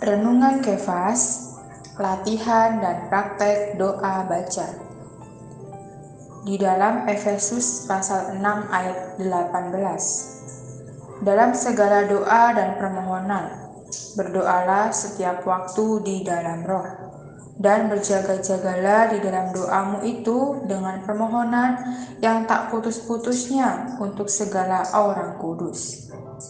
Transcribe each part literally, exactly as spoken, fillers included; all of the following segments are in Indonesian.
Renungan Kefas, latihan dan praktek doa baca. Di dalam Efesus pasal enam ayat delapan belas. Dalam segala doa dan permohonan, berdoalah setiap waktu di dalam roh, dan berjaga-jagalah di dalam doamu itu dengan permohonan yang tak putus-putusnya untuk segala orang kudus,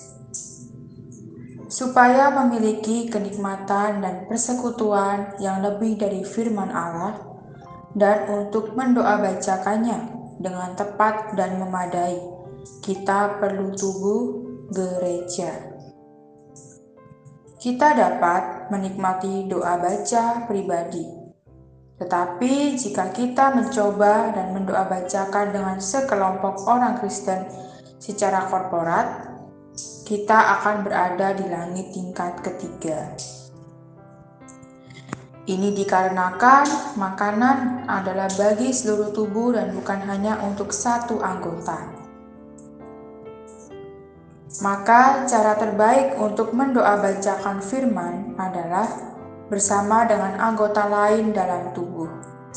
supaya memiliki kenikmatan dan persekutuan yang lebih dari firman Allah, dan untuk mendoa bacakannya dengan tepat dan memadai, kita perlu tubuh gereja. Kita dapat menikmati doa baca pribadi, tetapi jika kita mencoba dan mendoa bacakan dengan sekelompok orang Kristen secara korporat, kita akan berada di langit tingkat ketiga. Ini dikarenakan makanan adalah bagi seluruh tubuh dan bukan hanya untuk satu anggota. Maka cara terbaik untuk mendoa bacakan firman adalah bersama dengan anggota lain dalam tubuh.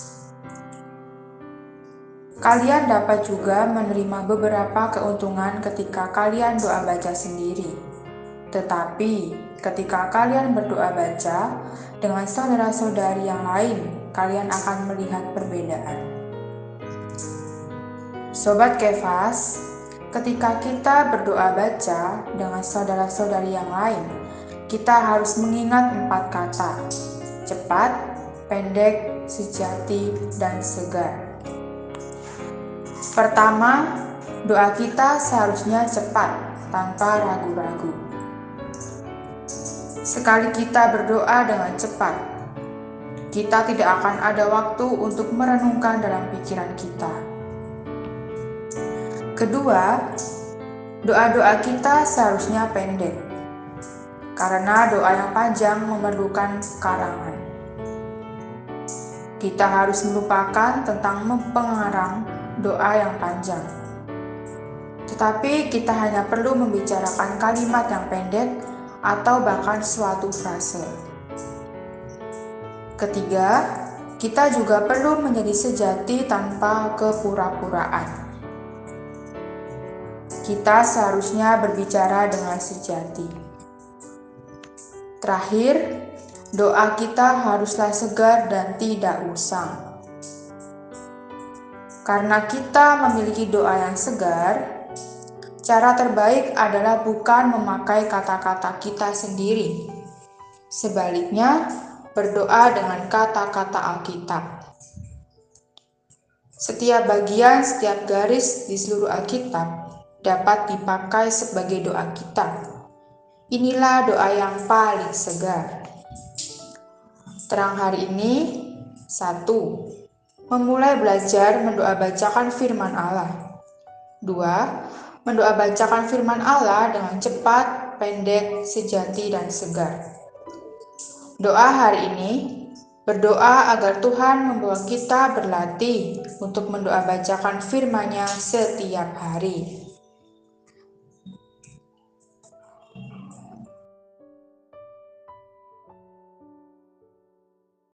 Kalian dapat juga menerima beberapa keuntungan ketika kalian doa baca sendiri. Tetapi ketika kalian berdoa baca dengan saudara-saudari yang lain, kalian akan melihat perbedaan. Sobat Kefas, ketika kita berdoa baca dengan saudara-saudari yang lain, kita harus mengingat empat kata: cepat, pendek, sejati, dan segar. Pertama, doa kita seharusnya cepat, tanpa ragu-ragu. Sekali kita berdoa dengan cepat, kita tidak akan ada waktu untuk merenungkan dalam pikiran kita. Kedua, doa-doa kita seharusnya pendek, karena doa yang panjang memerlukan karangan. Kita harus melupakan tentang pengarang doa yang panjang, tetapi kita hanya perlu membicarakan kalimat yang pendek atau bahkan suatu frase. Ketiga, kita juga perlu menjadi sejati tanpa kepura-puraan. Kita seharusnya berbicara dengan sejati. Terakhir, doa kita haruslah segar dan tidak usang. Karena kita memiliki doa yang segar, cara terbaik adalah bukan memakai kata-kata kita sendiri. Sebaliknya, berdoa dengan kata-kata Alkitab. Setiap bagian, setiap garis di seluruh Alkitab dapat dipakai sebagai doa kita. Inilah doa yang paling segar. Terang hari ini, satu. Memulai belajar mendoa bacakan firman Allah. Dua. Mendoa bacakan firman Allah dengan cepat, pendek, sejati, dan segar. Doa hari ini, berdoa agar Tuhan membawa kita berlatih untuk mendoa bacakan firman-Nya setiap hari.